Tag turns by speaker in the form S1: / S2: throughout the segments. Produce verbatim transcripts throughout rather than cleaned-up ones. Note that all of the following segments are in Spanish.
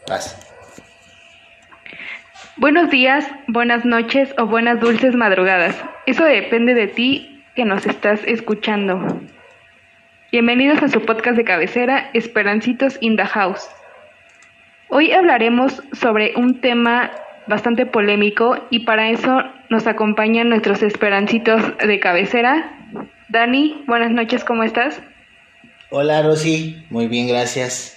S1: Vas.
S2: Buenos días, buenas noches o buenas dulces madrugadas. Eso depende de ti que nos estás escuchando. Bienvenidos a su podcast de cabecera, Esperancitos in the House. Hoy hablaremos sobre un tema bastante polémico y para eso nos acompañan nuestros esperancitos de cabecera. Dani, buenas noches, ¿cómo estás?
S1: Hola Rosy, muy bien, gracias.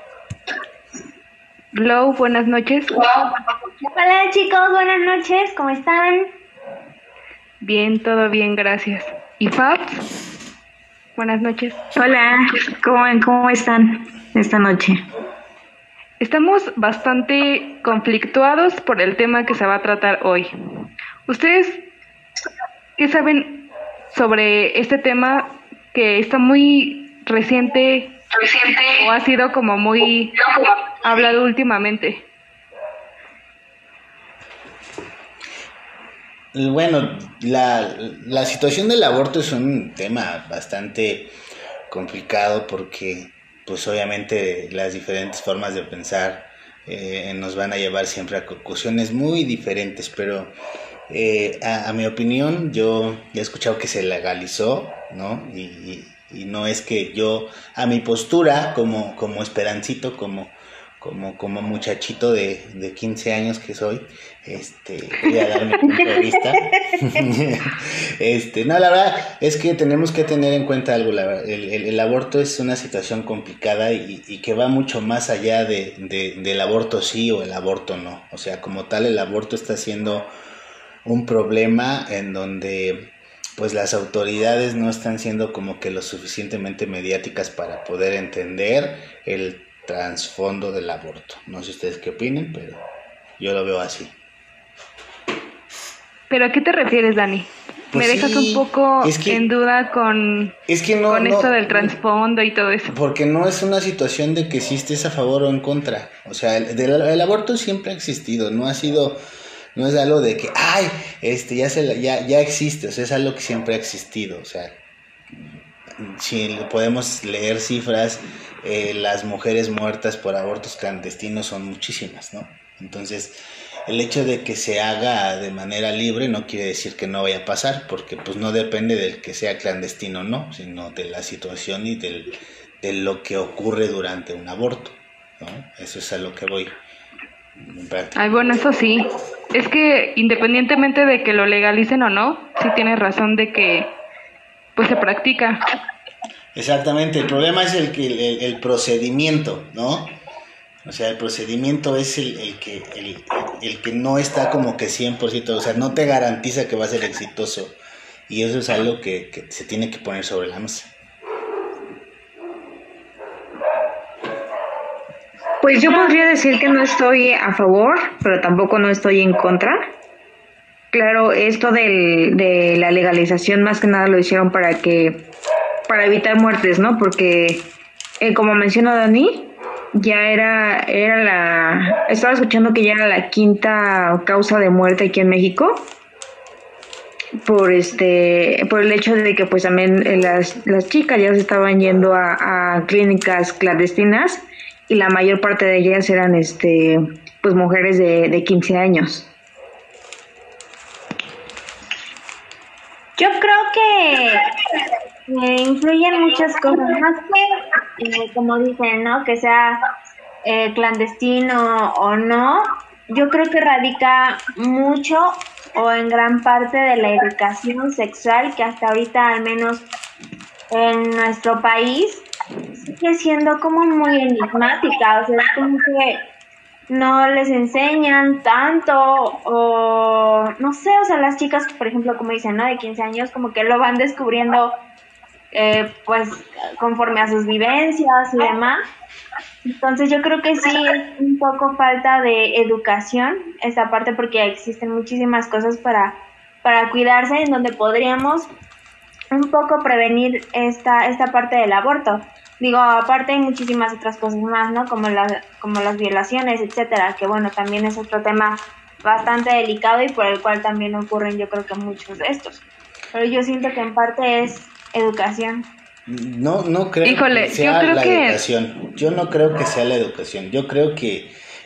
S2: Glow, buenas noches.
S3: Hola chicos, buenas noches, ¿cómo están?
S2: Bien, todo bien, gracias. ¿Y Fabs? Buenas noches.
S4: Hola, ¿cómo, cómo están esta noche?
S2: Estamos bastante conflictuados por el tema que se va a tratar hoy. ¿Ustedes qué saben sobre este tema que está muy reciente, reciente o ha sido como muy hablado últimamente?
S1: Bueno, la, la situación del aborto es un tema bastante complicado porque pues obviamente las diferentes formas de pensar eh, nos van a llevar siempre a conclusiones muy diferentes, pero eh, a, a mi opinión yo ya he escuchado que se legalizó, ¿no? Y, y, y no es que yo, a mi postura como, como esperancito, como, como, como muchachito de, de quince años que soy, este, voy a dar mi punto de vista. este, no, la verdad es que tenemos que tener en cuenta algo, la verdad, el, el, el aborto es una situación complicada y, y que va mucho más allá de, de, del aborto sí o el aborto no, o sea, como tal el aborto está siendo un problema en donde pues las autoridades no están siendo como que lo suficientemente mediáticas para poder entender el trasfondo del aborto. No sé ustedes qué opinen, pero yo lo veo así.
S2: ¿Pero a qué te refieres, Dani?
S1: Pues
S2: Me dejas
S1: sí,
S2: un poco
S1: es que,
S2: en duda con,
S1: es que no,
S2: con
S1: no,
S2: esto del trasfondo y todo eso.
S1: Porque no es una situación de que si estés a favor o en contra. O sea, el, del, el aborto siempre ha existido, no ha sido, no es algo de que, ay, este ya se ya, ya existe, o sea, es algo que siempre ha existido. O sea, si podemos leer cifras, eh, las mujeres muertas por abortos clandestinos son muchísimas, ¿no? Entonces, el hecho de que se haga de manera libre no quiere decir que no vaya a pasar, porque pues no depende del que sea clandestino o no, sino de la situación y del, de lo que ocurre durante un aborto, ¿no? Eso es a lo que voy.
S2: Ay, bueno, eso sí. Es que independientemente de que lo legalicen o no, sí tienes razón de que pues se practica.
S1: Exactamente, el problema es el, que, el, el procedimiento, ¿no? O sea, el procedimiento es el, el, que, el, el que no está como que cien por ciento, o sea, no te garantiza que va a ser exitoso. Y eso es algo que, que se tiene que poner sobre la mesa.
S4: Pues yo podría decir que no estoy a favor, pero tampoco no estoy en contra. Claro, esto del, de la legalización más que nada lo hicieron para que, para evitar muertes, ¿no? Porque, eh, como mencionó Dani, ya era, era la, estaba escuchando que ya era la quinta causa de muerte aquí en México por este, por el hecho de que pues también las, las chicas ya se estaban yendo a, a clínicas clandestinas y la mayor parte de ellas eran este, pues mujeres de, de quince años.
S3: Yo creo que eh, influyen muchas cosas, más que, eh, como dicen, ¿no? Que sea eh, clandestino o no, yo creo que radica mucho o en gran parte de la educación sexual que hasta ahorita, al menos en nuestro país, sigue siendo como muy enigmática, o sea, es como que no les enseñan tanto o no sé, o sea, las chicas, por ejemplo, como dicen, ¿no? De quince años, como que lo van descubriendo eh, pues conforme a sus vivencias y demás. Entonces yo creo que sí es un poco falta de educación esta parte porque existen muchísimas cosas para, para cuidarse en donde podríamos un poco prevenir esta, esta parte del aborto. Digo, aparte hay muchísimas otras cosas más, ¿no? Como, la, como las violaciones, etcétera, que bueno, también es otro tema bastante delicado y por el cual también ocurren yo creo que muchos de estos. Pero yo siento que en parte es educación.
S1: No, no creo
S2: Híjole,
S1: que sea
S2: yo creo
S1: la
S2: que...
S1: educación. Yo no creo que sea la educación. Yo creo que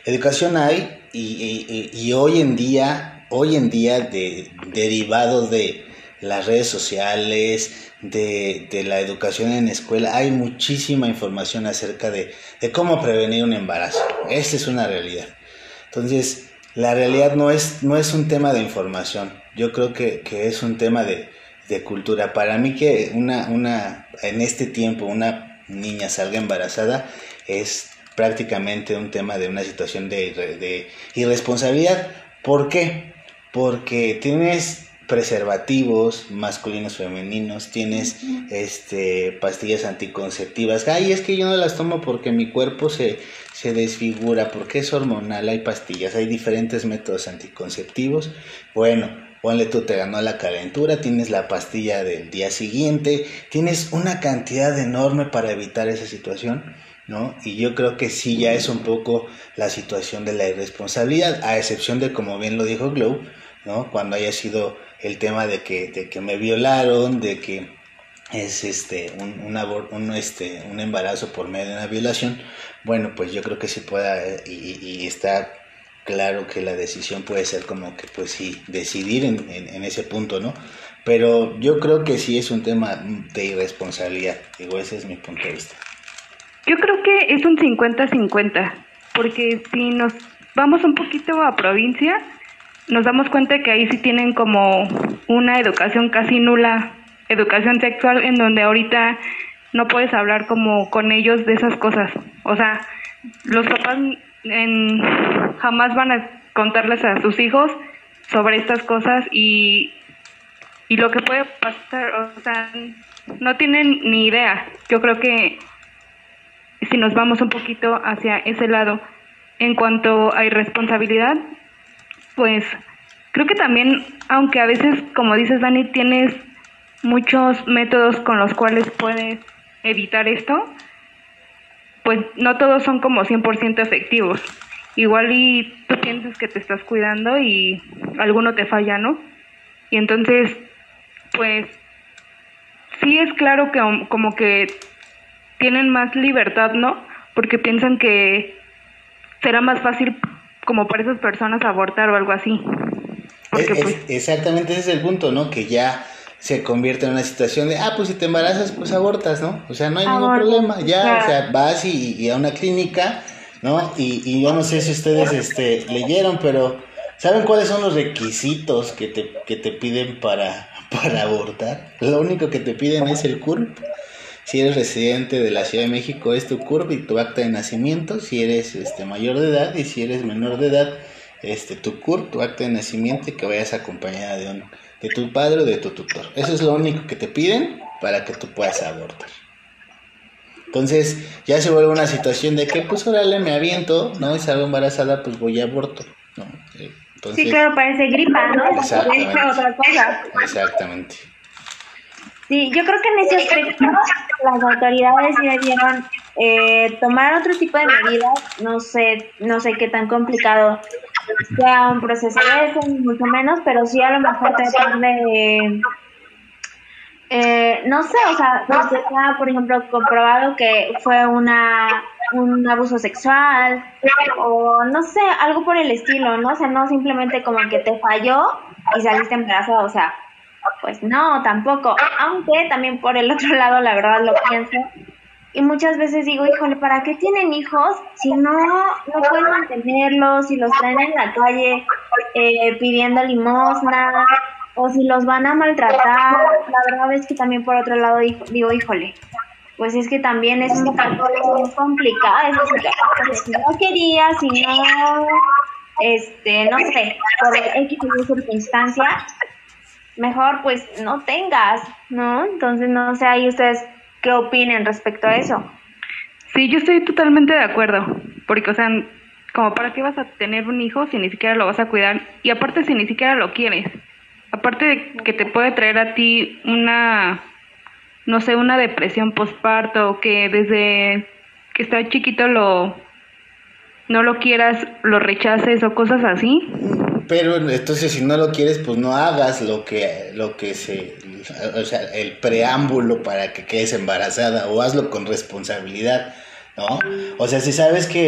S1: educación hay y, y, y hoy en día, hoy en día de, derivados de las redes sociales, de, de la educación en escuela, hay muchísima información acerca de, de cómo prevenir un embarazo. Esa es una realidad. Entonces, la realidad no es, no es un tema de información. Yo creo que, que es un tema de, de cultura. Para mí que una, una, en este tiempo una niña salga embarazada es prácticamente un tema de una situación de, de irresponsabilidad. ¿Por qué? Porque tienes preservativos masculinos, femeninos, tienes este pastillas anticonceptivas. Ay, es que yo no las tomo porque mi cuerpo se, se desfigura, porque es hormonal. Hay pastillas, hay diferentes métodos anticonceptivos. Bueno, ponle tú, te ganó la calentura, tienes la pastilla del día siguiente, tienes una cantidad enorme para evitar esa situación, ¿no? Y yo creo que sí ya es un poco la situación de la irresponsabilidad, a excepción de, como bien lo dijo Glow, ¿no? Cuando haya sido el tema de que, de que me violaron, de que es este un, un, abor, un, este, un embarazo por medio de una violación, bueno, pues yo creo que sí pueda, y, y está claro que la decisión puede ser como que, pues sí, decidir en, en, en ese punto, ¿no? Pero yo creo que sí es un tema de irresponsabilidad, digo, ese es mi punto de vista.
S2: Yo creo que es un cincuenta cincuenta, porque si nos vamos un poquito a provincia, nos damos cuenta que ahí sí tienen como una educación casi nula, educación sexual, en donde ahorita no puedes hablar como con ellos de esas cosas. O sea, los papás en, jamás van a contarles a sus hijos sobre estas cosas y, y lo que puede pasar, o sea, no tienen ni idea. Yo creo que si nos vamos un poquito hacia ese lado, en cuanto a irresponsabilidad, pues creo que también, aunque a veces, como dices, Dani, tienes muchos métodos con los cuales puedes evitar esto, pues no todos son como cien por ciento efectivos. Igual y tú piensas que te estás cuidando y alguno te falla, ¿no? Y entonces, pues sí es claro que como que tienen más libertad, ¿no? Porque piensan que será más fácil como para esas personas abortar o algo así. Porque,
S1: es,
S2: pues,
S1: es, exactamente ese es el punto, ¿no? Que ya se convierte en una situación de, ah, pues si te embarazas, pues abortas, ¿no? O sea, no hay ningún problema, ya, claro. O sea, vas y, y a una clínica, ¿no? Y, y yo no sé si ustedes este, leyeron, pero ¿saben cuáles son los requisitos que te, que te piden para, para abortar? Lo único que te piden es el C U R P. Si eres residente de la Ciudad de México, es tu C U R P y tu acta de nacimiento. Si eres este, mayor de edad y si eres menor de edad, este, tu C U R P, tu acta de nacimiento y que vayas acompañada de un de tu padre o de tu tutor. Eso es lo único que te piden para que tú puedas abortar. Entonces ya se vuelve una situación de que pues órale me aviento, ¿no? Y salgo embarazada, pues voy a aborto, ¿no?
S3: Entonces, sí, claro, parece gripa, ¿no?
S1: Exactamente.
S3: Otra cosa.
S1: Exactamente.
S3: Sí, yo creo que en ese aspecto las autoridades sí debieron eh, tomar otro tipo de medidas. No sé, no sé qué tan complicado sea un proceso de eso, ni mucho menos, pero sí a lo mejor tratar de, eh, no sé, o sea, no se ha, por ejemplo, comprobado que fue una un abuso sexual o no sé, algo por el estilo, ¿no? O sea, no simplemente como que te falló y saliste embarazada, o sea, pues no, tampoco, aunque también por el otro lado, la verdad lo pienso, y muchas veces digo, híjole, ¿para qué tienen hijos si no, no pueden mantenerlos, si los traen en la calle eh, pidiendo limosna, o si los van a maltratar? La verdad es que también por otro lado digo, digo híjole, pues es que también es un caso muy complicado, eso sí, pues, si no quería, si no, este, no sé, por X o Y circunstancia, mejor pues no tengas, ¿no? Entonces no sé ahí ustedes qué opinen respecto a eso.
S2: Sí, yo estoy totalmente de acuerdo, porque o sea, como para qué vas a tener un hijo si ni siquiera lo vas a cuidar, y aparte si ni siquiera lo quieres, aparte de que te puede traer a ti una, no sé, una depresión postparto, que desde que está chiquito lo no lo quieras, lo rechaces o cosas así.
S1: Pero entonces si no lo quieres, pues no hagas lo que lo que se, o sea, el preámbulo para que quedes embarazada, o hazlo con responsabilidad, ¿no? O sea, si sabes que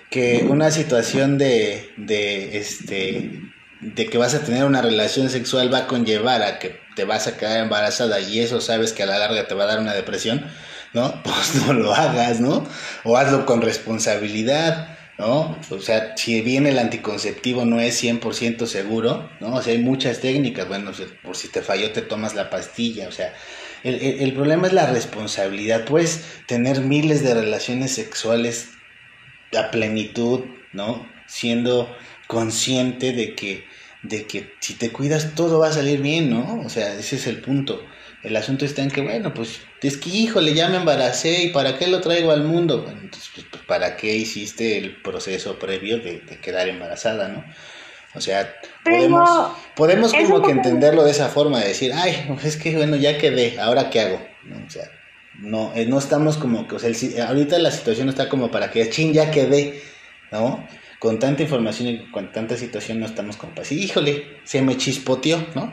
S1: que una situación de, de, este, de que vas a tener una relación sexual va a conllevar a que te vas a quedar embarazada y eso sabes que a la larga te va a dar una depresión, ¿no? Pues no lo hagas, ¿no? O hazlo con responsabilidad, ¿no? O sea, si bien el anticonceptivo no es cien por ciento seguro, ¿no? O sea, hay muchas técnicas, bueno, por si te falló te tomas la pastilla, o sea, el, el, el problema es la responsabilidad. Puedes tener miles de relaciones sexuales a plenitud, ¿no? Siendo consciente de que, de que si te cuidas todo va a salir bien, ¿no? O sea, ese es el punto. El asunto está en que, bueno, pues, es que, híjole, ya me embaracé, ¿y para qué lo traigo al mundo? Bueno, entonces, pues, pues, ¿para qué hiciste el proceso previo de, de quedar embarazada, no? O sea, podemos, podemos como que entenderlo de esa forma, de decir, ay, es que, bueno, ya quedé, ¿ahora qué hago? ¿No? O sea, no, eh, no estamos como que, o sea, el, ahorita la situación no está como para que, chin, ya quedé, ¿no? Con tanta información y con tanta situación no estamos como para decir, híjole, se me chispoteó, ¿no?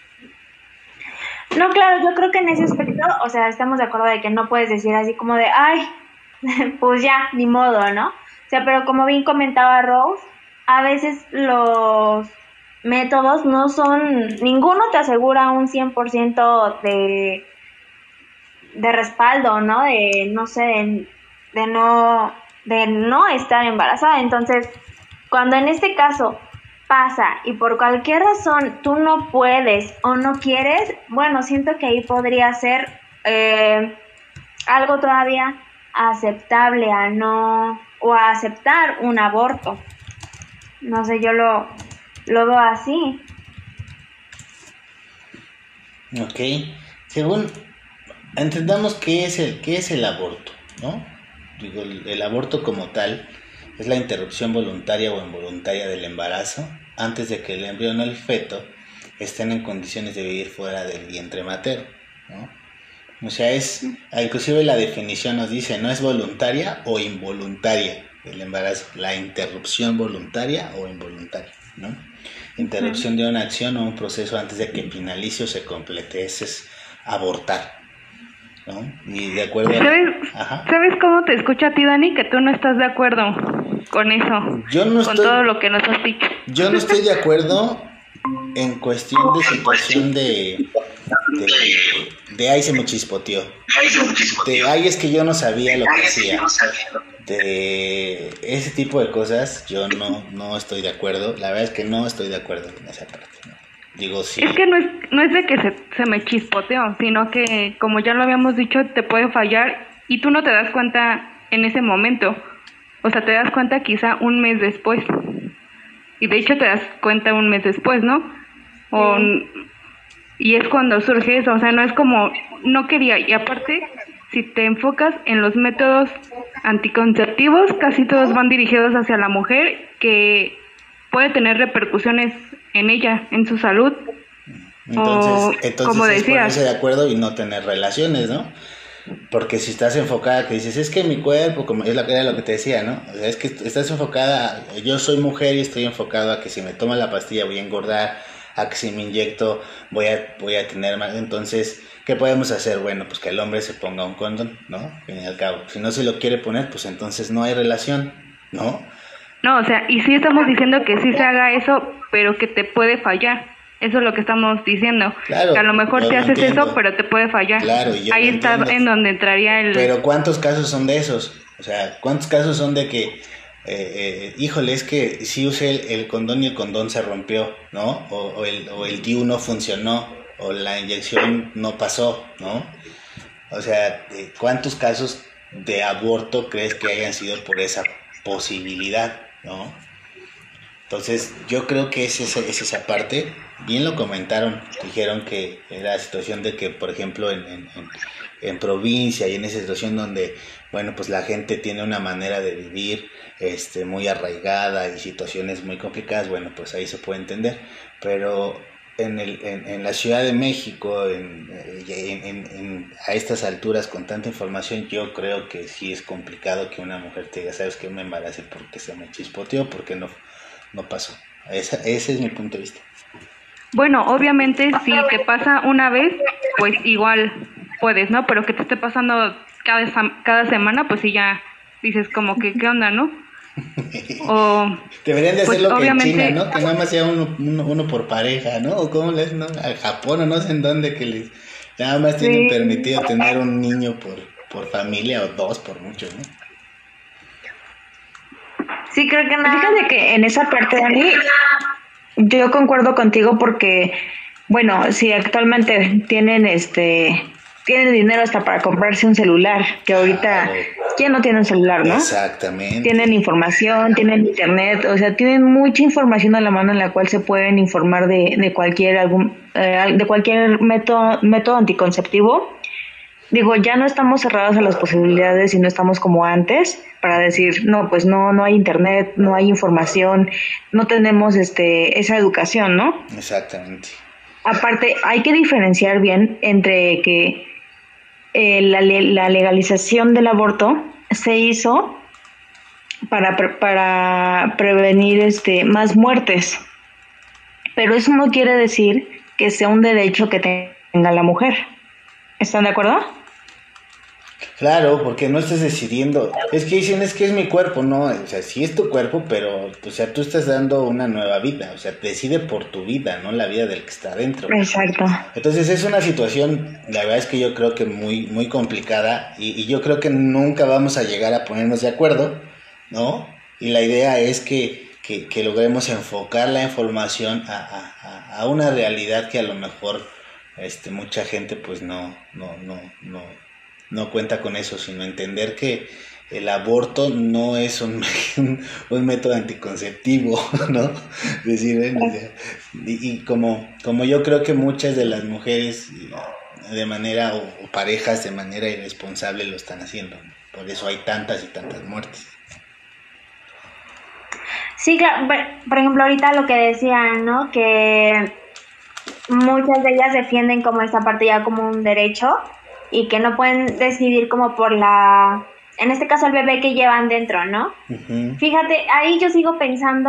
S3: No, claro, yo creo que en ese aspecto, o sea, estamos de acuerdo de que no puedes decir así como de, ay, pues ya, ni modo, ¿no? O sea, pero como bien comentaba Rose, a veces los métodos no son, ninguno te asegura un cien por ciento de, de respaldo, ¿no? De, no sé, de, de no, de no estar embarazada. Entonces, cuando en este caso pasa y por cualquier razón tú no puedes o no quieres, bueno, siento que ahí podría ser eh, algo todavía aceptable a no, o a aceptar un aborto. No sé, yo lo, lo veo así.
S1: Ok, según entendamos qué es el, qué es el aborto, ¿no? Digo, el, el aborto como tal es la interrupción voluntaria o involuntaria del embarazo antes de que el embrión o el feto estén en condiciones de vivir fuera del vientre materno, ¿no? O sea, es, inclusive la definición nos dice, no es voluntaria o involuntaria el embarazo, la interrupción voluntaria o involuntaria, ¿no? Interrupción de una acción o un proceso antes de que finalice o se complete, ese es abortar, ¿no? Y de acuerdo a...
S2: ¿Sabes,
S1: Ajá.
S2: ¿Sabes cómo te escucha a ti, Dani? Que tú no estás de acuerdo con eso,
S1: yo no
S2: con
S1: estoy,
S2: todo lo que nos has dicho.
S1: Yo no estoy de acuerdo en cuestión de situación de... De, de ahí se me chispoteó. De ahí es que yo no sabía lo que hacía. De ese tipo de cosas yo no, no estoy de acuerdo. La verdad es que no estoy de acuerdo en esa parte, ¿no? Digo, sí.
S2: Es que no es, no es de que se, se me chispoteó, sino que, como ya lo habíamos dicho, te puede fallar y tú no te das cuenta en ese momento. O sea, te das cuenta quizá un mes después. Y de hecho te das cuenta un mes después, ¿no? O... Sí. Y es cuando surge eso, o sea, no es como, no quería, y aparte, si te enfocas en los métodos anticonceptivos, casi todos van dirigidos hacia la mujer, que puede tener repercusiones en ella, en su salud.
S1: Entonces,
S2: o,
S1: entonces
S2: como
S1: es
S2: decías,
S1: ponerse de acuerdo y no tener relaciones, ¿no? Porque si estás enfocada, que dices, es que mi cuerpo, como es la, era lo que te decía, ¿no? O sea, es que estás enfocada, yo soy mujer y estoy enfocado a que si me tomo la pastilla voy a engordar, a que si me inyecto voy a, voy a tener más. Entonces, ¿qué podemos hacer? Bueno, pues que el hombre se ponga un condón, ¿no? Al fin y al cabo, si no se lo quiere poner, pues entonces no hay relación, ¿no?
S2: No, o sea, y sí estamos diciendo que sí se haga eso, pero que te puede fallar. Eso es lo que estamos diciendo. Claro, que a lo mejor te haces entiendo. Eso, pero te puede fallar. Claro, y yo ahí está entiendo. En donde entraría el...
S1: Pero ¿cuántos casos son de esos? O sea, ¿cuántos casos son de que... Eh, eh, híjole, es que sí usé el, el condón y el condón se rompió, ¿no? O, o, el, o el D I U no funcionó, o la inyección no pasó, ¿no? O sea, ¿cuántos casos de aborto crees que hayan sido por esa posibilidad, ¿no? Entonces, yo creo que es esa, es esa parte. Bien lo comentaron, dijeron que era la situación de que, por ejemplo, en, en, en, en provincia y en esa situación donde, bueno, pues la gente tiene una manera de vivir este muy arraigada y situaciones muy complicadas, bueno, pues ahí se puede entender, pero en, el, en, en la Ciudad de México, en, en, en, en, a estas alturas, con tanta información, yo creo que sí es complicado que una mujer te diga, ¿sabes qué? Me embarace porque se me chispoteó, porque no, no pasó. Esa, ese es mi punto de vista.
S2: Bueno, obviamente si te pasa una vez, pues igual puedes, ¿no? Pero que te esté pasando cada, cada semana, pues sí ya dices como que, ¿qué onda, no? O,
S1: deberían de
S2: pues,
S1: hacerlo que en
S2: obviamente-
S1: China, ¿no? Que nada más sea uno, uno, uno por pareja, ¿no? O cómo les, ¿no? Al Japón o no sé en dónde que les nada más tienen
S3: Sí.
S1: permitido tener un niño por, por familia o dos por mucho, ¿no?
S3: Sí, creo que nada.
S4: Fíjate que en esa parte, Dani, yo concuerdo contigo porque, bueno, si actualmente tienen este tienen dinero hasta para comprarse un celular, que ahorita
S1: Claro.
S4: ya no tienen celular, ¿no?
S1: Exactamente.
S4: Tienen información, tienen internet, o sea, tienen mucha información a la mano en la cual se pueden informar de, de cualquier algún eh, de cualquier método método anticonceptivo. Digo, ya no estamos cerrados a las posibilidades y no estamos como antes para decir, no, pues no no hay internet, no hay información, no tenemos este esa educación, ¿no?
S1: Exactamente.
S4: Aparte, hay que diferenciar bien entre que eh, la, le- la legalización del aborto se hizo para, pre- para prevenir este más muertes, pero eso no quiere decir que sea un derecho que tenga la mujer. ¿Están de acuerdo?
S1: Claro, porque no estás decidiendo. Es que dicen, es que es mi cuerpo, no, o sea, sí es tu cuerpo, pero, o sea, tú estás dando una nueva vida, o sea, decide por tu vida, no la vida del que está adentro.
S4: Exacto.
S1: Entonces es una situación, la verdad es que yo creo que muy, muy complicada y, y yo creo que nunca vamos a llegar a ponernos de acuerdo, ¿no? Y la idea es que, que, que logremos enfocar la información a, a, a- a una realidad que a lo mejor este, mucha gente pues no, no, no, no, no cuenta con eso, sino entender que el aborto no es un, un, un método anticonceptivo, ¿no? Es decir, ¿eh? O sea, y, y como, como yo creo que muchas de las mujeres eh, de manera, o, o parejas de manera irresponsable lo están haciendo, ¿no? Por eso hay tantas y tantas muertes.
S3: Sí, claro. Por- Por ejemplo, ahorita lo que decían, ¿no? Que muchas de ellas defienden como esta parte ya como un derecho y que no pueden decidir como por la, en este caso el bebé que llevan dentro, ¿no?
S1: Ujú.
S3: Fíjate, ahí yo sigo pensando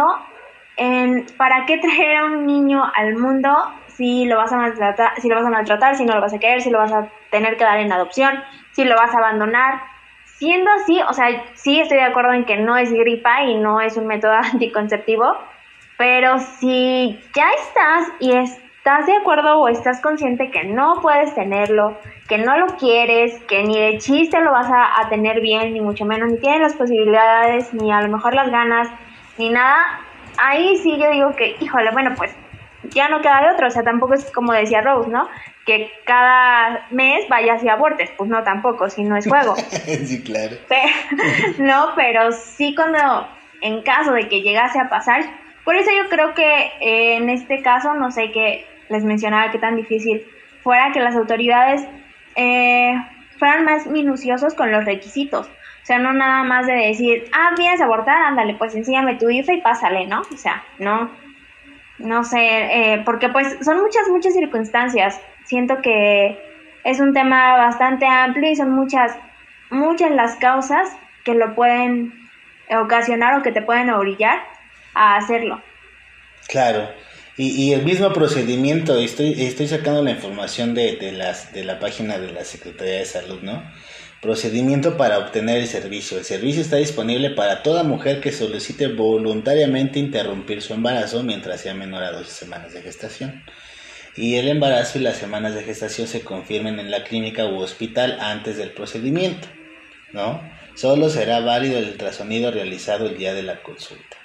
S3: en para qué traer a un niño al mundo si lo vas a maltratar, si lo vas a maltratar, si no lo vas a querer, si lo vas a tener que dar en adopción, si lo vas a abandonar. Siendo así, o sea, sí estoy de acuerdo en que no es gripa y no es un método anticonceptivo, pero si ya estás y estás de acuerdo o estás consciente que no puedes tenerlo, que no lo quieres, que ni de chiste lo vas a, a tener bien, ni mucho menos, ni tienes las posibilidades, ni a lo mejor las ganas, ni nada, ahí sí yo digo que, híjole, bueno, pues ya no queda de otro, o sea, tampoco es como decía Rose, ¿no? Que cada mes vayas y abortes, pues no, tampoco, si no es juego.
S1: Sí, claro.
S3: Pero, no, pero sí cuando, en caso de que llegase a pasar, por eso yo creo que eh, en este caso, no sé qué les mencionaba qué tan difícil fuera que las autoridades eh, fueran más minuciosos con los requisitos. O sea, no nada más de decir, ah, vienes a abortar, ándale, pues enséñame tu I F E y pásale, ¿no? O sea, no, no sé, eh, porque pues son muchas, muchas circunstancias. Siento que es un tema bastante amplio y son muchas, muchas las causas que lo pueden ocasionar o que te pueden orillar a hacerlo.
S1: Claro, y, y el mismo procedimiento, estoy, estoy sacando la información de, de, las, de la página de la Secretaría de Salud, ¿no? Procedimiento para obtener el servicio. El servicio está disponible para toda mujer que solicite voluntariamente interrumpir su embarazo mientras sea menor a doce semanas de gestación. Y el embarazo y las semanas de gestación se confirmen en la clínica u hospital antes del procedimiento, ¿no? Solo será válido el ultrasonido realizado el día de la consulta.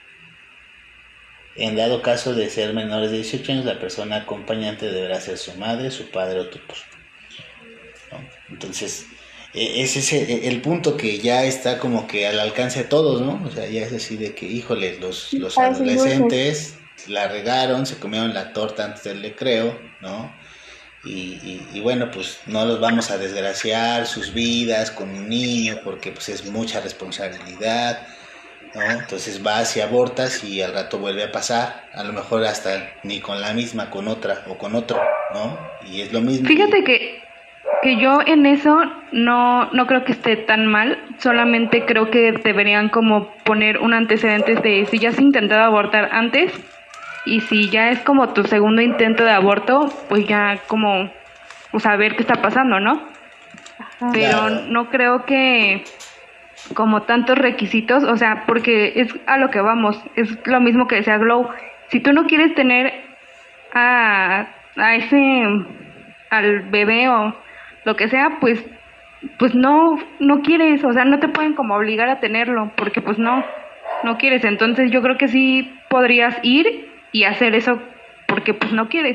S1: En dado caso de ser menores de dieciocho años, la persona acompañante deberá ser su madre, su padre o tutor, ¿no? Entonces, eh, ese es el, el punto que ya está como que al alcance de todos, ¿no? O sea, ya es así de que, híjole, los, los adolescentes la regaron, se comieron la torta antes del recreo, ¿no? Y, y, y bueno, pues no los vamos a desgraciar sus vidas con un niño porque pues es mucha responsabilidad, ¿no? Entonces vas y abortas y al rato vuelve a pasar, a lo mejor hasta ni con la misma, con otra o con otro, ¿no? Y es lo mismo.
S2: Fíjate que, que yo en eso no, no creo que esté tan mal, solamente creo que deberían como poner un antecedente de si ya has intentado abortar antes y si ya es como tu segundo intento de aborto, pues ya como, o saber qué está pasando, ¿no? Pero
S1: Claro.
S2: no creo que como tantos requisitos, o sea, porque es a lo que vamos, es lo mismo que decía Glow. Si tú no quieres tener a, a ese, al bebé o lo que sea, pues pues no no quieres, o sea, no te pueden como obligar a tenerlo, porque pues no, no quieres. Entonces yo creo que sí podrías ir y hacer eso porque pues no quieres.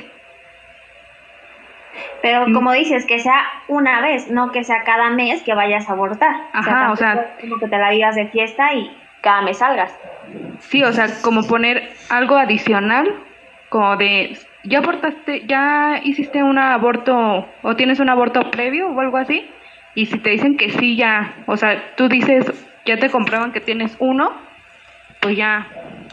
S3: Pero como dices, que sea una vez, no que sea cada mes que vayas a abortar.
S2: Ajá,
S3: o sea,
S2: o sea,
S3: como que te la vivas de fiesta y cada mes salgas.
S2: Sí, o sea, como poner algo adicional, como de, ya abortaste, ya hiciste un aborto o tienes un aborto previo o algo así, y si te dicen que sí, ya, o sea, tú dices, ya te comprueban que tienes uno, pues ya.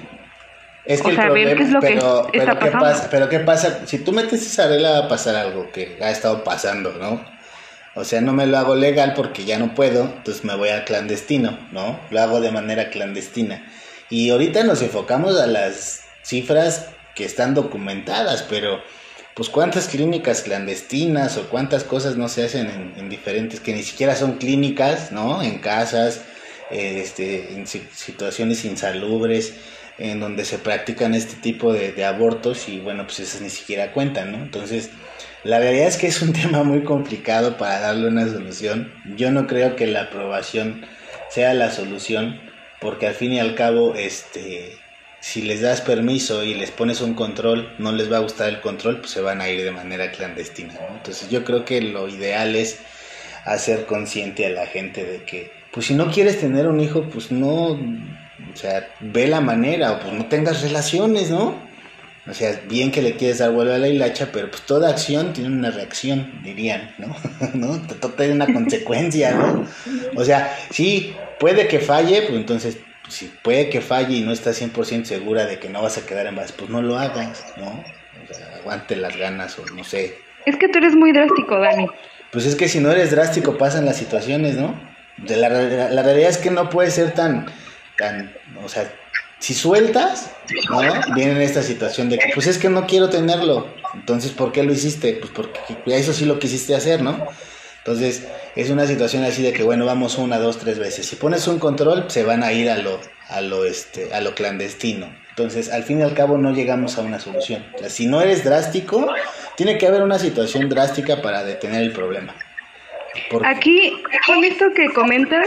S1: Es que
S2: o
S1: el
S2: sea,
S1: problema,
S2: ver qué es lo
S1: pero,
S2: que está
S1: pero ¿qué
S2: pasando.
S1: pasa? Pero ¿qué pasa? Si tú metes esa regla va a pasar algo que ha estado pasando, ¿no? O sea, no me lo hago legal porque ya no puedo, entonces me voy al clandestino, ¿no? Lo hago de manera clandestina. Y ahorita nos enfocamos a las cifras que están documentadas, pero pues cuántas clínicas clandestinas o cuántas cosas no se hacen en, en diferentes, que ni siquiera son clínicas, ¿no? En casas, eh, este, en situaciones insalubres, en donde se practican este tipo de, de abortos y bueno, pues esas ni siquiera cuentan, ¿no? Entonces, la realidad es que es un tema muy complicado para darle una solución. Yo no creo que la aprobación sea la solución, porque al fin y al cabo, este, si les das permiso y les pones un control, no les va a gustar el control, pues se van a ir de manera clandestina, ¿no? Entonces, yo creo que lo ideal es hacer consciente a la gente de que, pues si no quieres tener un hijo, pues no... O sea, ve la manera, o pues no tengas relaciones, ¿no? O sea, bien que le quieres dar vuelta a la hilacha, pero pues toda acción tiene una reacción, dirían, ¿no? ¿No? Todo tiene una consecuencia, ¿no? O sea, sí, puede que falle, pues entonces, si puede que falle y no estás cien por ciento segura de que no vas a quedar en base, pues no lo hagas, ¿no? O sea, aguante las ganas o no sé.
S2: Es que tú eres muy drástico, Dani.
S1: Pues es que si no eres drástico pasan las situaciones, ¿no? De la, la, la realidad es que no puede ser tan... tan, o sea, si sueltas, ¿no? Viene esta situación de que, pues es que no quiero tenerlo, entonces, ¿por qué lo hiciste? Pues porque eso sí lo quisiste hacer, ¿no? Entonces, es una situación así de que, bueno, vamos una, dos, tres veces. Si pones un control, se van a ir a lo, a lo, este, a lo clandestino. Entonces, al fin y al cabo, no llegamos a una solución. O sea, si no eres drástico, tiene que haber una situación drástica para detener el problema.
S2: Porque... Aquí, con esto que comentas,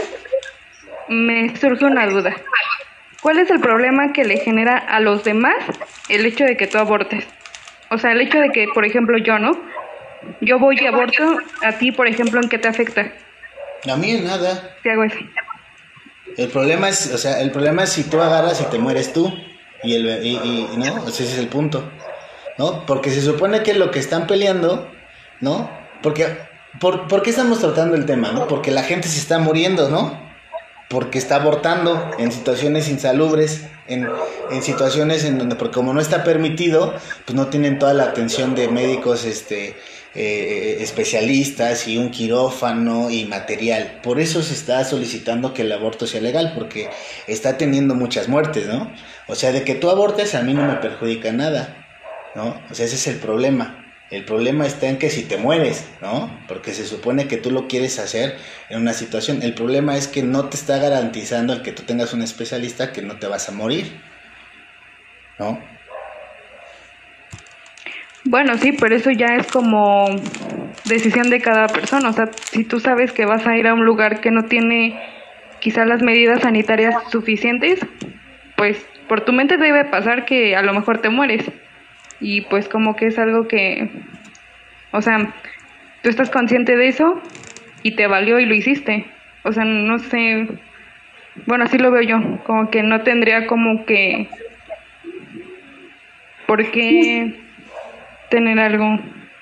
S2: me surge una duda. ¿Cuál es el problema que le genera a los demás el hecho de que tú abortes? O sea, el hecho de que, por ejemplo, yo, ¿no? Yo voy y aborto, a ti, por ejemplo, ¿en qué te afecta?
S1: A mí en nada.
S2: ¿Qué hago eso?
S1: El problema es, o sea, el problema es si tú agarras y te mueres tú, y el y, y ¿no? O sea, ese es el punto, ¿no? Porque se supone que lo que están peleando, ¿no? Porque, ¿por, ¿por qué estamos tratando el tema, no? Porque la gente se está muriendo, ¿no? Porque está abortando en situaciones insalubres, en, en situaciones en donde, porque como no está permitido, pues no tienen toda la atención de médicos este, eh, especialistas y un quirófano y material. Por eso se está solicitando que el aborto sea legal, porque está teniendo muchas muertes, ¿no? O sea, de que tú abortes a mí no me perjudica nada, ¿no? O sea, ese es el problema. El problema está en que si te mueres, ¿no? Porque se supone que tú lo quieres hacer en una situación. El problema es que no te está garantizando el que tú tengas un especialista que no te vas a morir, ¿no?
S2: Bueno, sí, pero eso ya es como decisión de cada persona. O sea, si tú sabes que vas a ir a un lugar que no tiene quizás las medidas sanitarias suficientes, pues por tu mente debe pasar que a lo mejor te mueres. Y pues como que es algo que, o sea, tú estás consciente de eso y te valió y lo hiciste. O sea, no sé, bueno, así lo veo yo, como que no tendría como que, ¿por qué tener algo?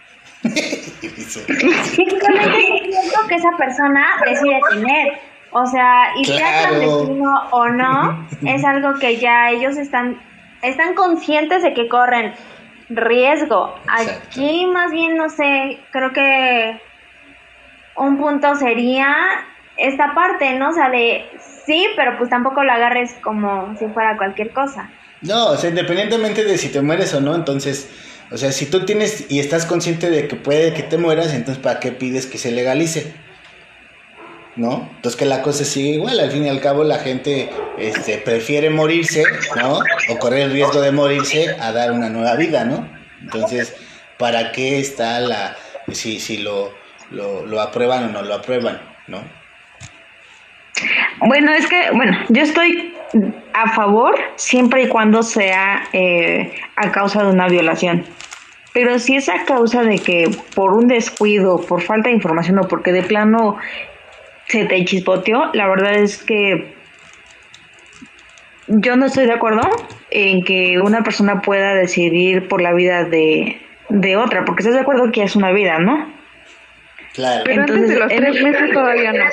S3: Simplemente siento que esa persona decide tener, o sea, y sea
S1: Claro.
S3: clandestino o no, es algo que ya ellos están, están conscientes de que corren riesgo.
S1: Exacto.
S3: Aquí más bien, no sé, creo que un punto sería esta parte, ¿no? O sea, de sí, pero pues tampoco lo agarres como si fuera cualquier cosa.
S1: No, o sea, independientemente de si te mueres o no, entonces, o sea, si tú tienes y estás consciente de que puede que te mueras, entonces ¿para qué pides que se legalice? ¿no? Entonces que la cosa sigue igual, al fin y al cabo la gente este, prefiere morirse, ¿no? O correr el riesgo de morirse a dar una nueva vida, ¿no? Entonces, ¿para qué está la... si, si lo, lo, lo aprueban o no lo aprueban, ¿no?
S4: Bueno, es que, bueno, yo estoy a favor siempre y cuando sea eh, a causa de una violación. Pero si es a causa de que por un descuido, por falta de información o porque de plano se te chispoteó, la verdad es que yo no estoy de acuerdo en que una persona pueda decidir por la vida de, de otra, porque estás de acuerdo que es una vida, ¿no?
S1: Claro.
S2: Pero
S4: Entonces,
S2: antes de los
S4: en-
S2: tres meses todavía no.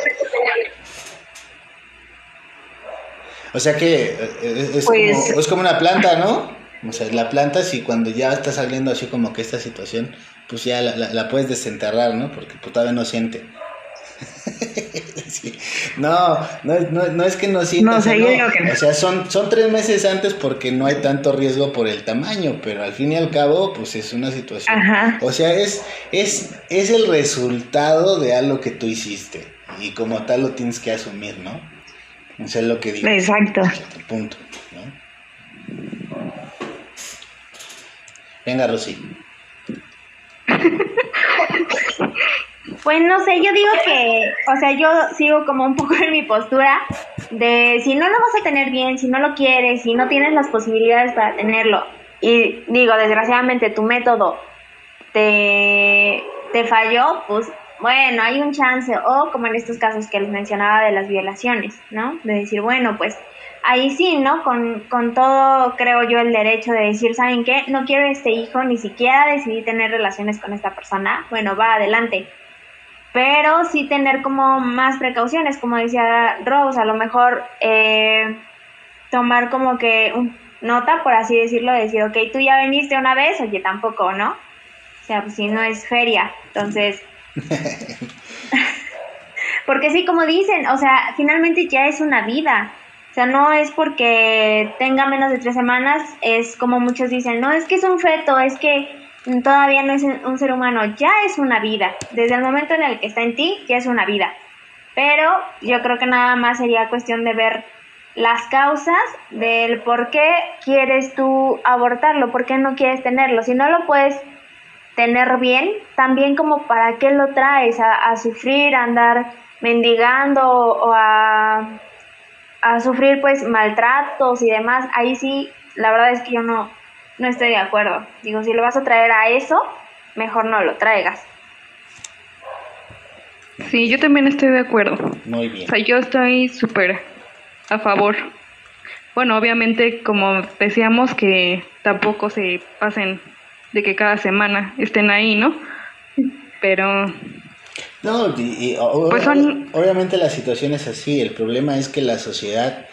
S1: O sea que eh, es,
S4: Pues-
S1: como, es como una planta, ¿no? O sea, la planta, si cuando ya está saliendo así como que esta situación, pues ya la, la, la puedes desenterrar, ¿no? Porque pues, todavía no siente. Sí. No, no, es- no, no es que no sienta.
S4: No, o sea,
S1: o
S4: yo
S1: no.
S4: digo que no.
S1: O sea, son, son tres meses antes porque no hay tanto riesgo por el tamaño, pero al fin y al cabo, pues es una situación.
S4: Ajá.
S1: O sea, es, es, es el resultado de algo que tú hiciste y como tal lo tienes que asumir, ¿no? Eso es lo que digo.
S4: Exacto.
S1: Punto, ¿no? Venga, Rosy.
S3: Pues no sé, yo digo que, o sea, yo sigo como un poco en mi postura de si no lo vas a tener bien, si no lo quieres, si no tienes las posibilidades para tenerlo, y digo, desgraciadamente tu método te, te falló, pues bueno, hay un chance, o como en estos casos que les mencionaba de las violaciones, ¿no? De decir, bueno, pues ahí sí, ¿no? Con, con todo, creo yo, el derecho de decir, ¿saben qué? No quiero este hijo, ni siquiera decidí tener relaciones con esta persona, bueno, va adelante. Pero sí tener como más precauciones, como decía Rose, a lo mejor eh, tomar como que un, nota, por así decirlo, de decir, ok, tú ya viniste una vez, oye, tampoco, ¿no? O sea, pues si no es feria, entonces... Porque sí, como dicen, o sea, finalmente ya es una vida. O sea, no es porque tenga menos de tres semanas, es como muchos dicen, no, es que es un feto, es que todavía no es un ser humano, ya es una vida. Desde el momento en el que está en ti, ya es una vida. Pero yo creo que nada más sería cuestión de ver las causas del por qué quieres tú abortarlo, por qué no quieres tenerlo. Si no lo puedes tener bien, también como para qué lo traes a, a sufrir, a andar mendigando o a... a sufrir pues maltratos y demás. Ahí sí, la verdad es que yo no, no estoy de acuerdo. Digo, si lo vas a traer a eso, mejor no lo traigas.
S2: Sí, yo también estoy de acuerdo.
S1: Muy bien.
S2: O sea, yo estoy súper a favor. Bueno, obviamente, como decíamos, que tampoco se pasen de que cada semana estén ahí, ¿no? Pero...
S1: No, y, y, o-
S2: Pues son-
S1: obviamente la situación es así. El problema es que la sociedad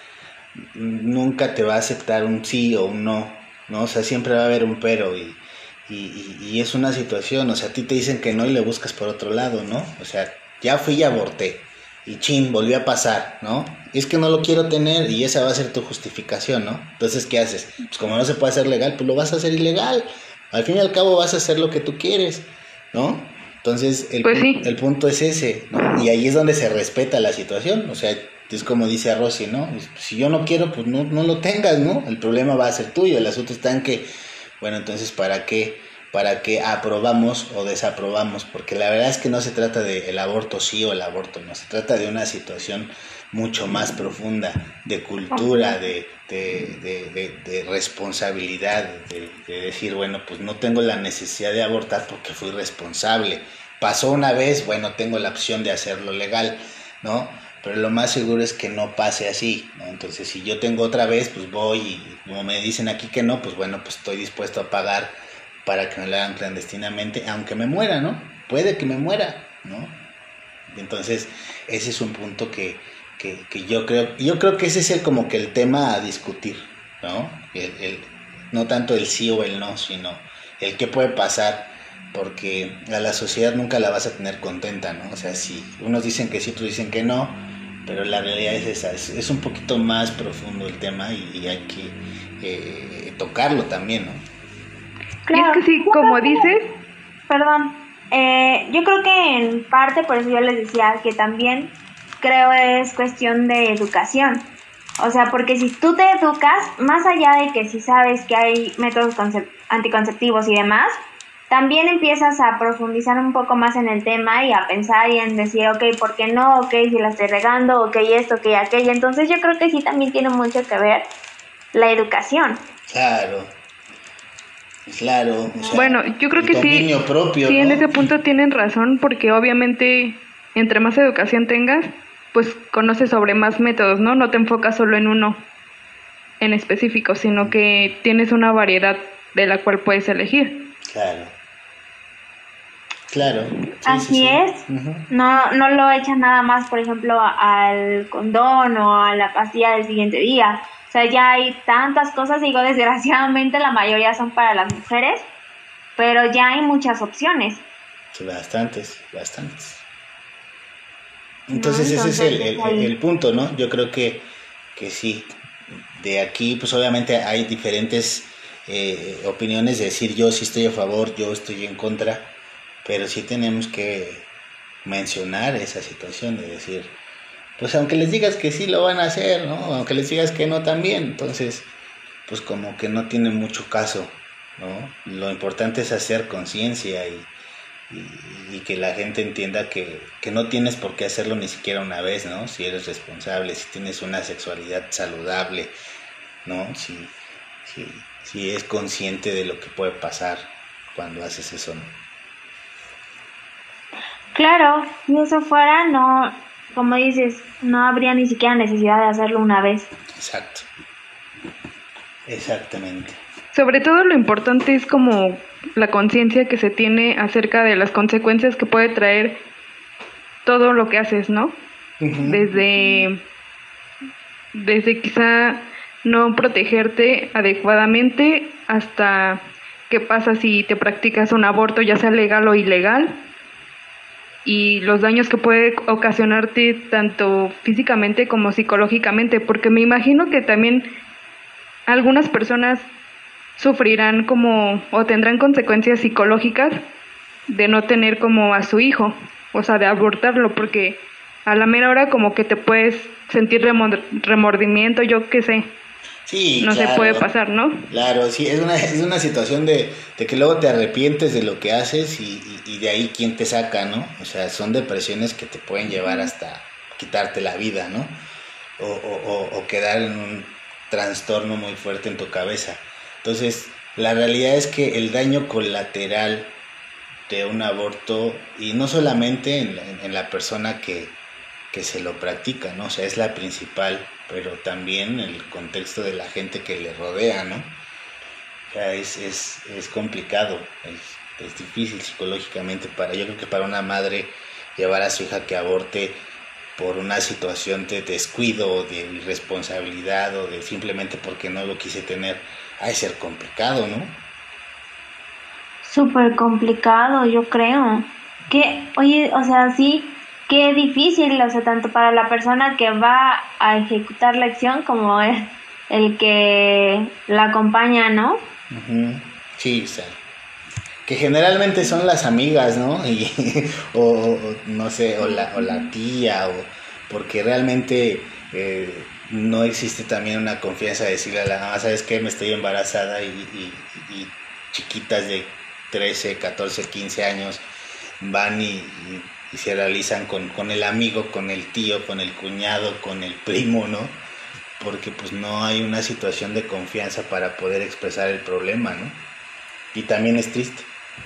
S1: nunca te va a aceptar un sí o un no, ¿no? O sea, siempre va a haber un pero y, y, y, y es una situación, o sea, a ti te dicen que no y le buscas por otro lado, ¿no? O sea, ya fui y aborté y chin, volvió a pasar, ¿no? Es que no lo quiero tener y esa va a ser tu justificación, ¿no? Entonces, ¿qué haces? Pues como no se puede hacer legal, pues lo vas a hacer ilegal. Al fin y al cabo vas a hacer lo que tú quieres, ¿no? Entonces, el,
S2: Pues
S1: pu-
S2: sí.
S1: el punto es ese, ¿no? Y ahí es donde se respeta la situación, o sea, es como dice Rosy, ¿no? Si yo no quiero, pues no, no lo tengas, ¿no? El problema va a ser tuyo, el asunto está en que, bueno, entonces, ¿para qué? ¿Para qué aprobamos o desaprobamos? Porque la verdad es que no se trata de el aborto sí o el aborto no, se trata de una situación mucho más profunda, de cultura, de, de, de, de, de responsabilidad, de, de decir, bueno, pues no tengo la necesidad de abortar porque fui responsable. Pasó una vez, bueno, tengo la opción de hacerlo legal, ¿no? Pero lo más seguro es que no pase así, ¿no? Entonces, si yo tengo otra vez, pues voy y como me dicen aquí que no, pues bueno, pues estoy dispuesto a pagar para que me lo hagan clandestinamente, aunque me muera, ¿no? Puede que me muera, ¿no? Entonces, ese es un punto que, que, que yo creo, yo creo que ese es el, como que el tema a discutir, ¿no? El, el, no tanto el sí o el no, sino el qué puede pasar, porque a la sociedad nunca la vas a tener contenta, ¿no? O sea, si unos dicen que sí, otros dicen que no, pero la realidad es esa, es, es un poquito más profundo el tema y, y hay que eh, tocarlo también, ¿no?
S2: Y es que sí,
S3: yo
S2: como
S3: creo que-
S2: dices,
S3: Perdón, eh, yo creo que en parte, por eso yo les decía que también creo es cuestión de educación. O sea, porque si tú te educas, más allá de que si sabes que hay métodos concep- anticonceptivos y demás, también empiezas a profundizar un poco más en el tema y a pensar y en decir, ok, ¿por qué no? Ok, si la estoy regando, ok, esto, ok, aquello. Entonces yo creo que sí también tiene mucho que ver la educación.
S1: Claro, claro. O sea,
S2: bueno, yo creo que sí,
S1: propio,
S2: sí,
S1: ¿no?
S2: en ese punto tienen razón, porque obviamente entre más educación tengas, pues conoces sobre más métodos, ¿no? No te enfocas solo en uno en específico, sino que tienes una variedad de la cual puedes elegir.
S1: Claro. Claro. Sí,
S3: Así
S1: sí, sí.
S3: es.
S1: Uh-huh.
S3: No, no lo echan nada más, por ejemplo, al condón o a la pastilla del siguiente día. O sea, ya hay tantas cosas, digo, desgraciadamente la mayoría son para las mujeres, pero ya hay muchas opciones.
S1: Sí, bastantes, bastantes. Entonces,
S3: no,
S1: entonces ese es el, el, el punto, ¿no? Yo creo que, que sí. De aquí, pues obviamente hay diferentes eh, opiniones de decir yo sí estoy a favor, yo estoy en contra, pero sí tenemos que mencionar esa situación de decir, pues aunque les digas que sí lo van a hacer, ¿no? Aunque les digas que no también, entonces, pues como que no tiene mucho caso, ¿no? Lo importante es hacer conciencia y, y, y que la gente entienda que, que no tienes por qué hacerlo ni siquiera una vez, ¿no? Si eres responsable, si tienes una sexualidad saludable, ¿no? Si, si, si es consciente de lo que puede pasar cuando haces eso, ¿no?
S3: Claro, si eso fuera, no, como dices, no habría ni siquiera necesidad de hacerlo una vez.
S1: Exacto. Exactamente.
S2: Sobre todo lo importante es como la conciencia que se tiene acerca de las consecuencias que puede traer todo lo que haces, ¿no? Uh-huh. Desde, desde quizá no protegerte adecuadamente hasta qué pasa si te practicas un aborto, ya sea legal o ilegal, y los daños que puede ocasionarte tanto físicamente como psicológicamente, porque me imagino que también algunas personas sufrirán como o tendrán consecuencias psicológicas de no tener como a su hijo, o sea, de abortarlo, porque a la mera hora como que te puedes sentir remordimiento, yo qué sé.
S1: Sí,
S2: no
S1: claro,
S2: se puede pasar, ¿no?
S1: Claro, sí, es una, es una situación de, de que luego te arrepientes de lo que haces y, y, y de ahí quién te saca, ¿no? O sea, son depresiones que te pueden llevar hasta quitarte la vida, ¿no? O, o, o quedar en un trastorno muy fuerte en tu cabeza. Entonces, la realidad es que el daño colateral de un aborto, y no solamente en la, en la persona que, que se lo practica, ¿no? O sea, es la principal, pero también el contexto de la gente que le rodea, ¿no? O sea, es, es, es complicado, es, es difícil psicológicamente para, yo creo que para una madre llevar a su hija que aborte por una situación de descuido o de irresponsabilidad o de simplemente porque no lo quise tener, ha de ser complicado, ¿no?
S3: Súper complicado, yo creo. Que, oye, o sea, sí, qué difícil, o sea, tanto para la persona que va a ejecutar la acción como el, el que la acompaña, ¿no?
S1: Uh-huh. Sí, o sea, que generalmente son las amigas, ¿no? Y, o, o no sé, o la, o la tía, o porque realmente eh, no existe también una confianza de decirle a la mamá, ¿sabes qué? Me estoy embarazada y, y, y chiquitas de trece, catorce, quince años van y, y, y se realizan con, con el amigo, con el tío, con el cuñado, con el primo, ¿no? Porque pues no hay una situación de confianza para poder expresar el problema, ¿no? Y también es triste.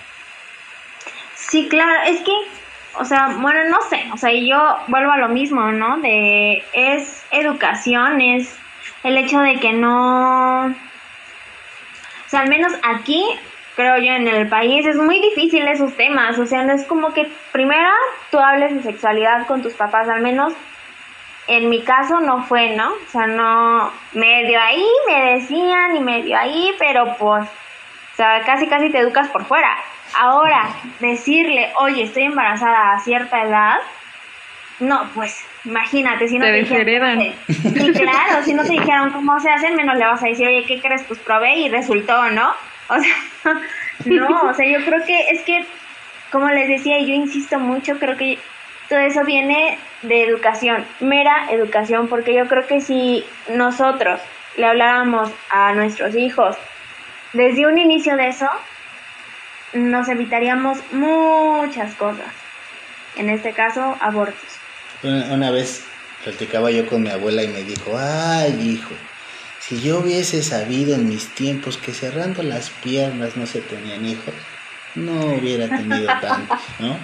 S3: Sí, claro, es que, o sea, bueno, no sé, o sea, yo vuelvo a lo mismo, ¿no? De, es educación, es el hecho de que no, o sea, al menos aquí, creo yo, en el país, es muy difícil esos temas, o sea, no es como que primero tú hables de sexualidad con tus papás, al menos en mi caso no fue, ¿no? O sea, no, medio ahí me decían y medio ahí, pero pues, o sea, casi casi te educas por fuera. Ahora, decirle, oye, estoy embarazada a cierta edad, no, pues, imagínate, si no
S2: te,
S3: te
S2: dijeron...
S3: Sí, claro, si no te dijeron cómo se hace, menos le vas a decir, oye, ¿qué crees? Pues probé y resultó, ¿no? O sea, no, o sea, yo creo que es que, como les decía, yo insisto mucho, creo que todo eso viene de educación, mera educación, porque yo creo que si nosotros le habláramos a nuestros hijos desde un inicio de eso, nos evitaríamos muchas cosas. En este caso, abortos.
S1: Una, una vez platicaba yo con mi abuela y me dijo, ay, hijo, si yo hubiese sabido en mis tiempos que cerrando las piernas no se tenían hijos, no hubiera tenido tantos, ¿no?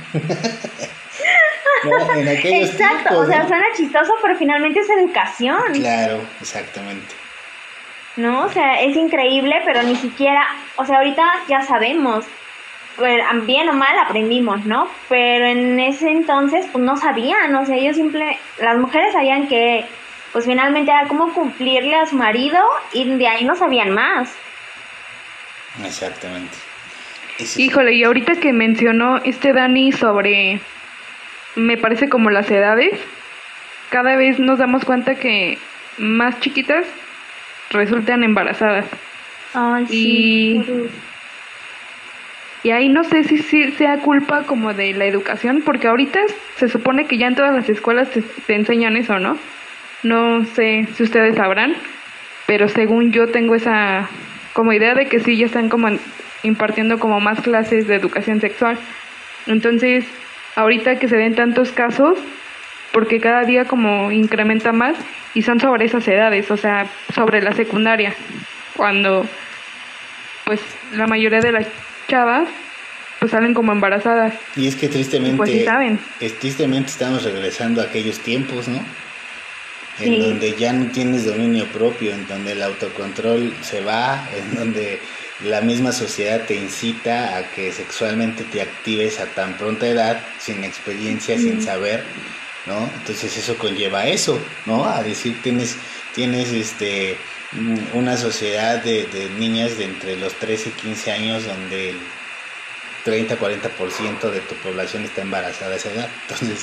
S1: No, en aquellos
S3: Exacto,
S1: tiempos,
S3: o sea,
S1: ¿no?
S3: suena chistoso, pero finalmente es educación.
S1: Claro, exactamente.
S3: ¿No? O sea, es increíble, pero ni siquiera, o sea, ahorita ya sabemos, pues, bien o mal aprendimos, ¿no? Pero en ese entonces, pues no sabían, o sea, ellos simple, las mujeres sabían que, pues finalmente era como cumplirle a su marido y de ahí no sabían más.
S1: Exactamente. Ese
S2: Híjole, y ahorita que mencionó este Dani sobre, me parece como las edades, cada vez nos damos cuenta que más chiquitas resultan embarazadas.
S3: Ay,
S2: Y-
S3: sí.
S2: Y ahí no sé si, si sea culpa como de la educación, porque ahorita se supone que ya en todas las escuelas te, te enseñan eso, ¿no? No sé si ustedes sabrán, pero según yo tengo esa como idea de que sí, ya están como en- impartiendo como más clases de educación sexual. Entonces, ahorita que se den tantos casos, porque cada día como incrementa más y son sobre esas edades, o sea, sobre la secundaria, cuando pues la mayoría de las chavas pues salen como embarazadas.
S1: Y es que tristemente,
S2: Pues sí saben.
S1: es, tristemente estamos regresando a aquellos tiempos, ¿no?
S3: Sí.
S1: En donde ya no tienes dominio propio, en donde el autocontrol se va, en donde la misma sociedad te incita a que sexualmente te actives a tan pronta edad, sin experiencia, sin saber, ¿no? Entonces eso conlleva a eso, ¿no? A decir, tienes, tienes este mm, una sociedad de, de niñas de entre los trece y quince años donde el treinta a cuarenta por ciento de tu población está embarazada a esa edad. Entonces,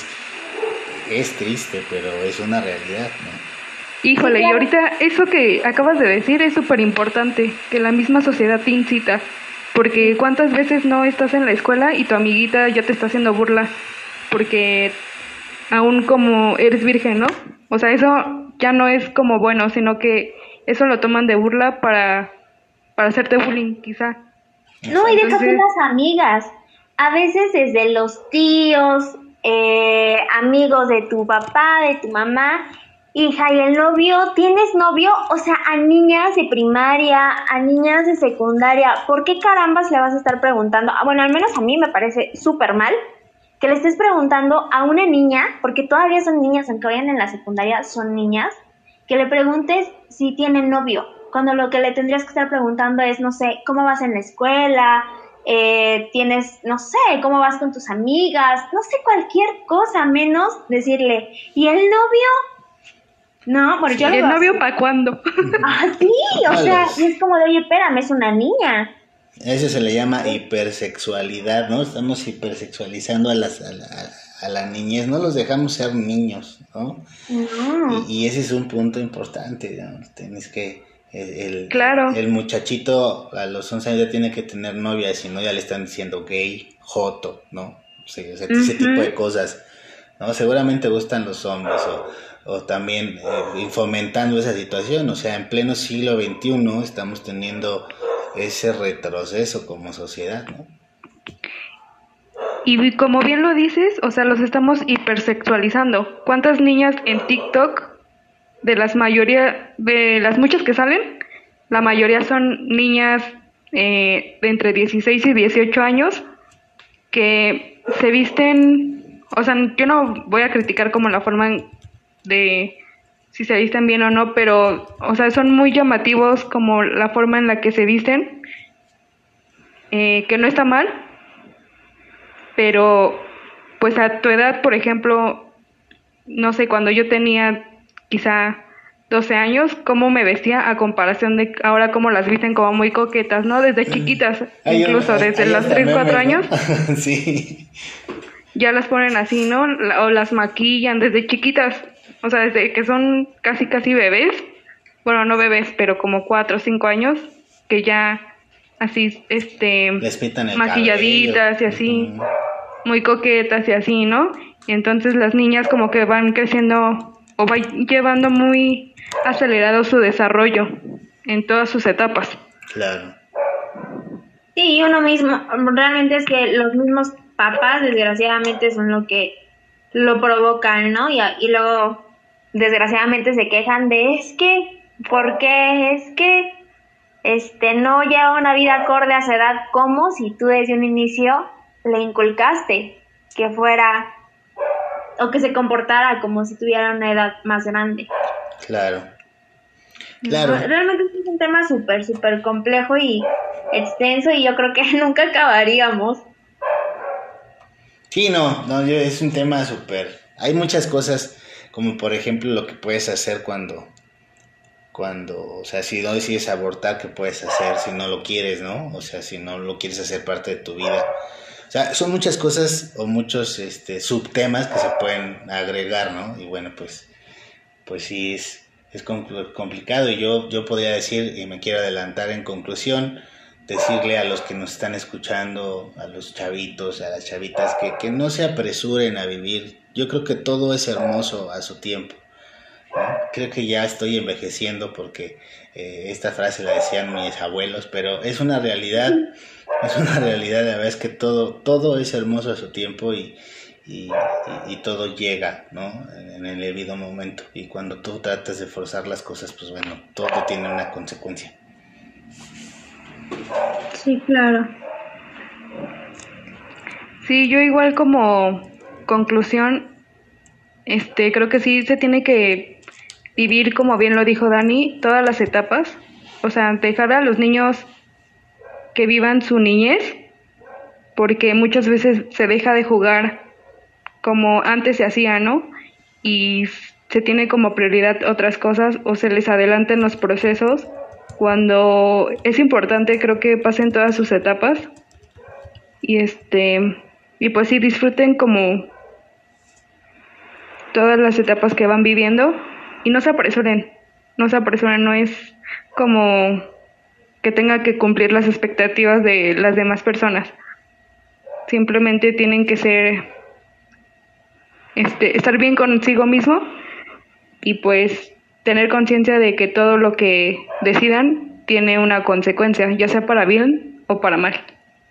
S1: es triste, pero es una realidad, ¿no?
S2: Híjole, y ahorita eso que acabas de decir es súper importante, que la misma sociedad te incita, porque cuántas veces no estás en la escuela y tu amiguita ya te está haciendo burla, porque aún como eres virgen, ¿no? O sea, eso ya no es como bueno, sino que eso lo toman de burla para, para hacerte bullying, quizá.
S3: No, y deja tú
S2: Entonces-
S3: las amigas. A veces desde los tíos, eh, amigos de tu papá, de tu mamá, hija, y el novio, ¿tienes novio? O sea, a niñas de primaria, a niñas de secundaria, ¿por qué carambas le vas a estar preguntando? Ah, bueno, al menos a mí me parece súper mal que le estés preguntando a una niña, porque todavía son niñas, aunque vayan en la secundaria, son niñas, que le preguntes si tienen novio, cuando lo que le tendrías que estar preguntando es, no sé, ¿cómo vas en la escuela? Eh, tienes, no sé, ¿cómo vas con tus amigas? No sé, cualquier cosa, menos decirle, ¿y el novio? No, porque yo
S2: ¿Y
S3: lo
S2: el
S3: veo
S2: novio
S3: así.
S2: para cuándo?
S3: Ah, sí, o sea,
S1: Vale.
S3: y es como de, oye, espérame, es una niña.
S1: A eso se le llama hipersexualidad, ¿no? Estamos hipersexualizando a, las, a, la, a la niñez, no los dejamos ser niños, ¿no?
S3: No.
S1: Y, y ese es un punto importante, ¿no? Tienes que... El, el,
S2: Claro.
S1: el muchachito a los once años ya tiene que tener novia, si no ya le están diciendo gay, joto, ¿no? O sea, ese
S2: Ujú.
S1: tipo de cosas, ¿no? Seguramente gustan los hombres o, o también eh, fomentando esa situación, o sea, en pleno siglo veintiuno estamos teniendo ese retroceso como sociedad, ¿no?
S2: Y como bien lo dices, o sea, los estamos hipersexualizando. ¿Cuántas niñas en TikTok, de las mayoría, de las muchas que salen, la mayoría son niñas eh, de entre dieciséis y dieciocho años que se visten, o sea, yo no voy a criticar como la forma en- de si se visten bien o no, pero, o sea, son muy llamativos como la forma en la que se visten, eh, que no está mal, pero pues a tu edad, por ejemplo, no sé, cuando yo tenía quizá doce años, cómo me vestía a comparación de ahora cómo las visten como muy coquetas, ¿no? Desde chiquitas,
S1: Hay-
S2: incluso
S1: hay-
S2: desde
S1: hay
S2: los
S1: hasta
S2: tres cuatro
S1: memes,
S2: años,
S1: ¿no? Sí.
S2: ya las ponen así, ¿no? La- O las maquillan desde chiquitas, o sea, desde que son casi casi bebés, bueno, no bebés, pero como cuatro o cinco años, que ya así, este,
S1: Les pintan el
S2: maquilladitas
S1: cabello.
S2: y así,
S1: Ujú.
S2: muy coquetas y así, ¿no? Y entonces las niñas como que van creciendo o van llevando muy acelerado su desarrollo en todas sus etapas.
S1: Claro.
S3: Sí, uno mismo, realmente es que los mismos papás desgraciadamente son lo que lo provocan, ¿no? Y, y luego desgraciadamente se quejan de es que, ¿por qué? Es que este no lleva una vida acorde a su edad, como si tú desde un inicio le inculcaste que fuera o que se comportara como si tuviera una edad más grande.
S1: Claro. Claro.
S3: Realmente es un tema súper, súper complejo y extenso y yo creo que nunca acabaríamos.
S1: Sí, no, no, yo, es un tema súper... Hay muchas cosas, como por ejemplo lo que puedes hacer cuando... Cuando, o sea, si no decides abortar, ¿qué puedes hacer si no lo quieres, no? O sea, si no lo quieres hacer parte de tu vida. O sea, son muchas cosas o muchos este, subtemas que se pueden agregar, ¿no? Y bueno, pues, pues sí, es... Es complicado y yo, yo podría decir, y me quiero adelantar en conclusión, decirle a los que nos están escuchando, a los chavitos, a las chavitas, que, que no se apresuren a vivir. Yo creo que todo es hermoso a su tiempo, ¿no? Creo que ya estoy envejeciendo porque eh, esta frase la decían mis abuelos, pero es una realidad, es una realidad, la verdad es que todo, todo es hermoso a su tiempo y... Y, y, y todo llega, ¿no? En el debido momento. Y cuando tú tratas de forzar las cosas, pues bueno, todo tiene una consecuencia.
S3: Sí, claro.
S2: Sí, yo igual como conclusión, este, creo que sí se tiene que vivir, como bien lo dijo Dani, todas las etapas. O sea, dejar a los niños que vivan su niñez, porque muchas veces se deja de jugar como antes se hacía, ¿no? Y se tiene como prioridad otras cosas o se les adelantan los procesos cuando es importante, creo que pasen todas sus etapas y este y pues sí disfruten como todas las etapas que van viviendo y no se apresuren, no se apresuren, no es como que tenga que cumplir las expectativas de las demás personas, simplemente tienen que ser Este, estar bien consigo mismo y pues tener conciencia de que todo lo que decidan tiene una consecuencia, ya sea para bien o para mal.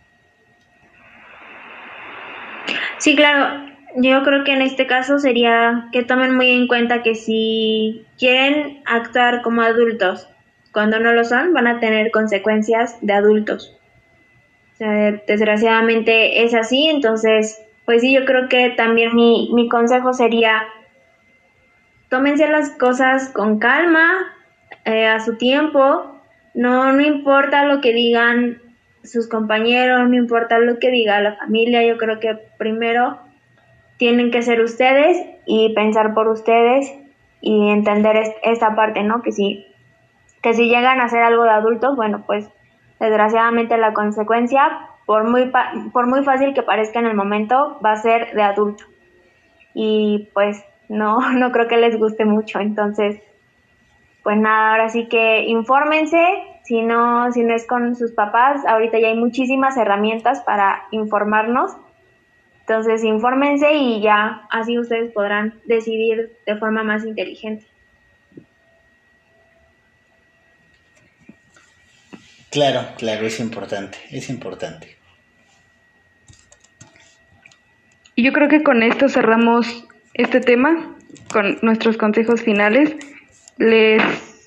S3: Sí, claro, yo creo que en este caso sería que tomen muy en cuenta que si quieren actuar como adultos, cuando no lo son, van a tener consecuencias de adultos. O sea, desgraciadamente es así, entonces... Pues sí, yo creo que también mi, mi consejo sería, tómense las cosas con calma, eh, a su tiempo, no, no importa lo que digan sus compañeros, no importa lo que diga la familia, yo creo que primero tienen que ser ustedes y pensar por ustedes y entender est- esta parte, ¿no? Que si, que si llegan a hacer algo de adultos, bueno, pues desgraciadamente la consecuencia... Por muy, pa- por muy fácil que parezca en el momento, va a ser de adulto. Y pues no, no creo que les guste mucho. Entonces, pues nada, ahora sí que infórmense. Si no, si no es con sus papás, ahorita ya hay muchísimas herramientas para informarnos. Entonces, infórmense y ya así ustedes podrán decidir de forma más inteligente.
S1: Claro, claro, es importante, es importante.
S2: Y yo creo que con esto cerramos este tema, con nuestros consejos finales. Les,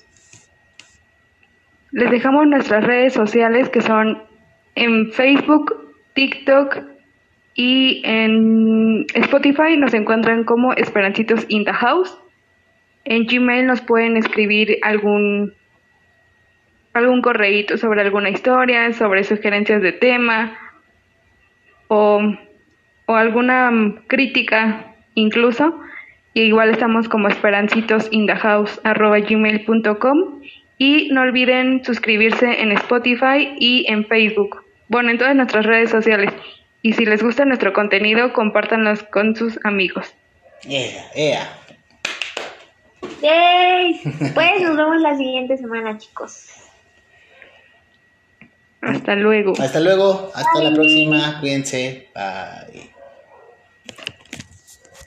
S2: les dejamos nuestras redes sociales que son en Facebook, TikTok y en Spotify nos encuentran como Esperancitos in the House. En Gmail nos pueden escribir algún algún correíto sobre alguna historia, sobre sugerencias de tema o, o alguna crítica incluso. Y igual estamos como esperancitosindahouse arroba gmail punto com y no olviden suscribirse en Spotify y en Facebook. Bueno, en todas nuestras redes sociales. Y si les gusta nuestro contenido, compártanlos con sus amigos.
S1: ¡Ea, ea!
S3: ¡Yay! Pues nos vemos la siguiente semana, chicos.
S2: Hasta luego.
S1: Hasta luego, hasta
S3: Bye.
S1: la próxima, cuídense, bye.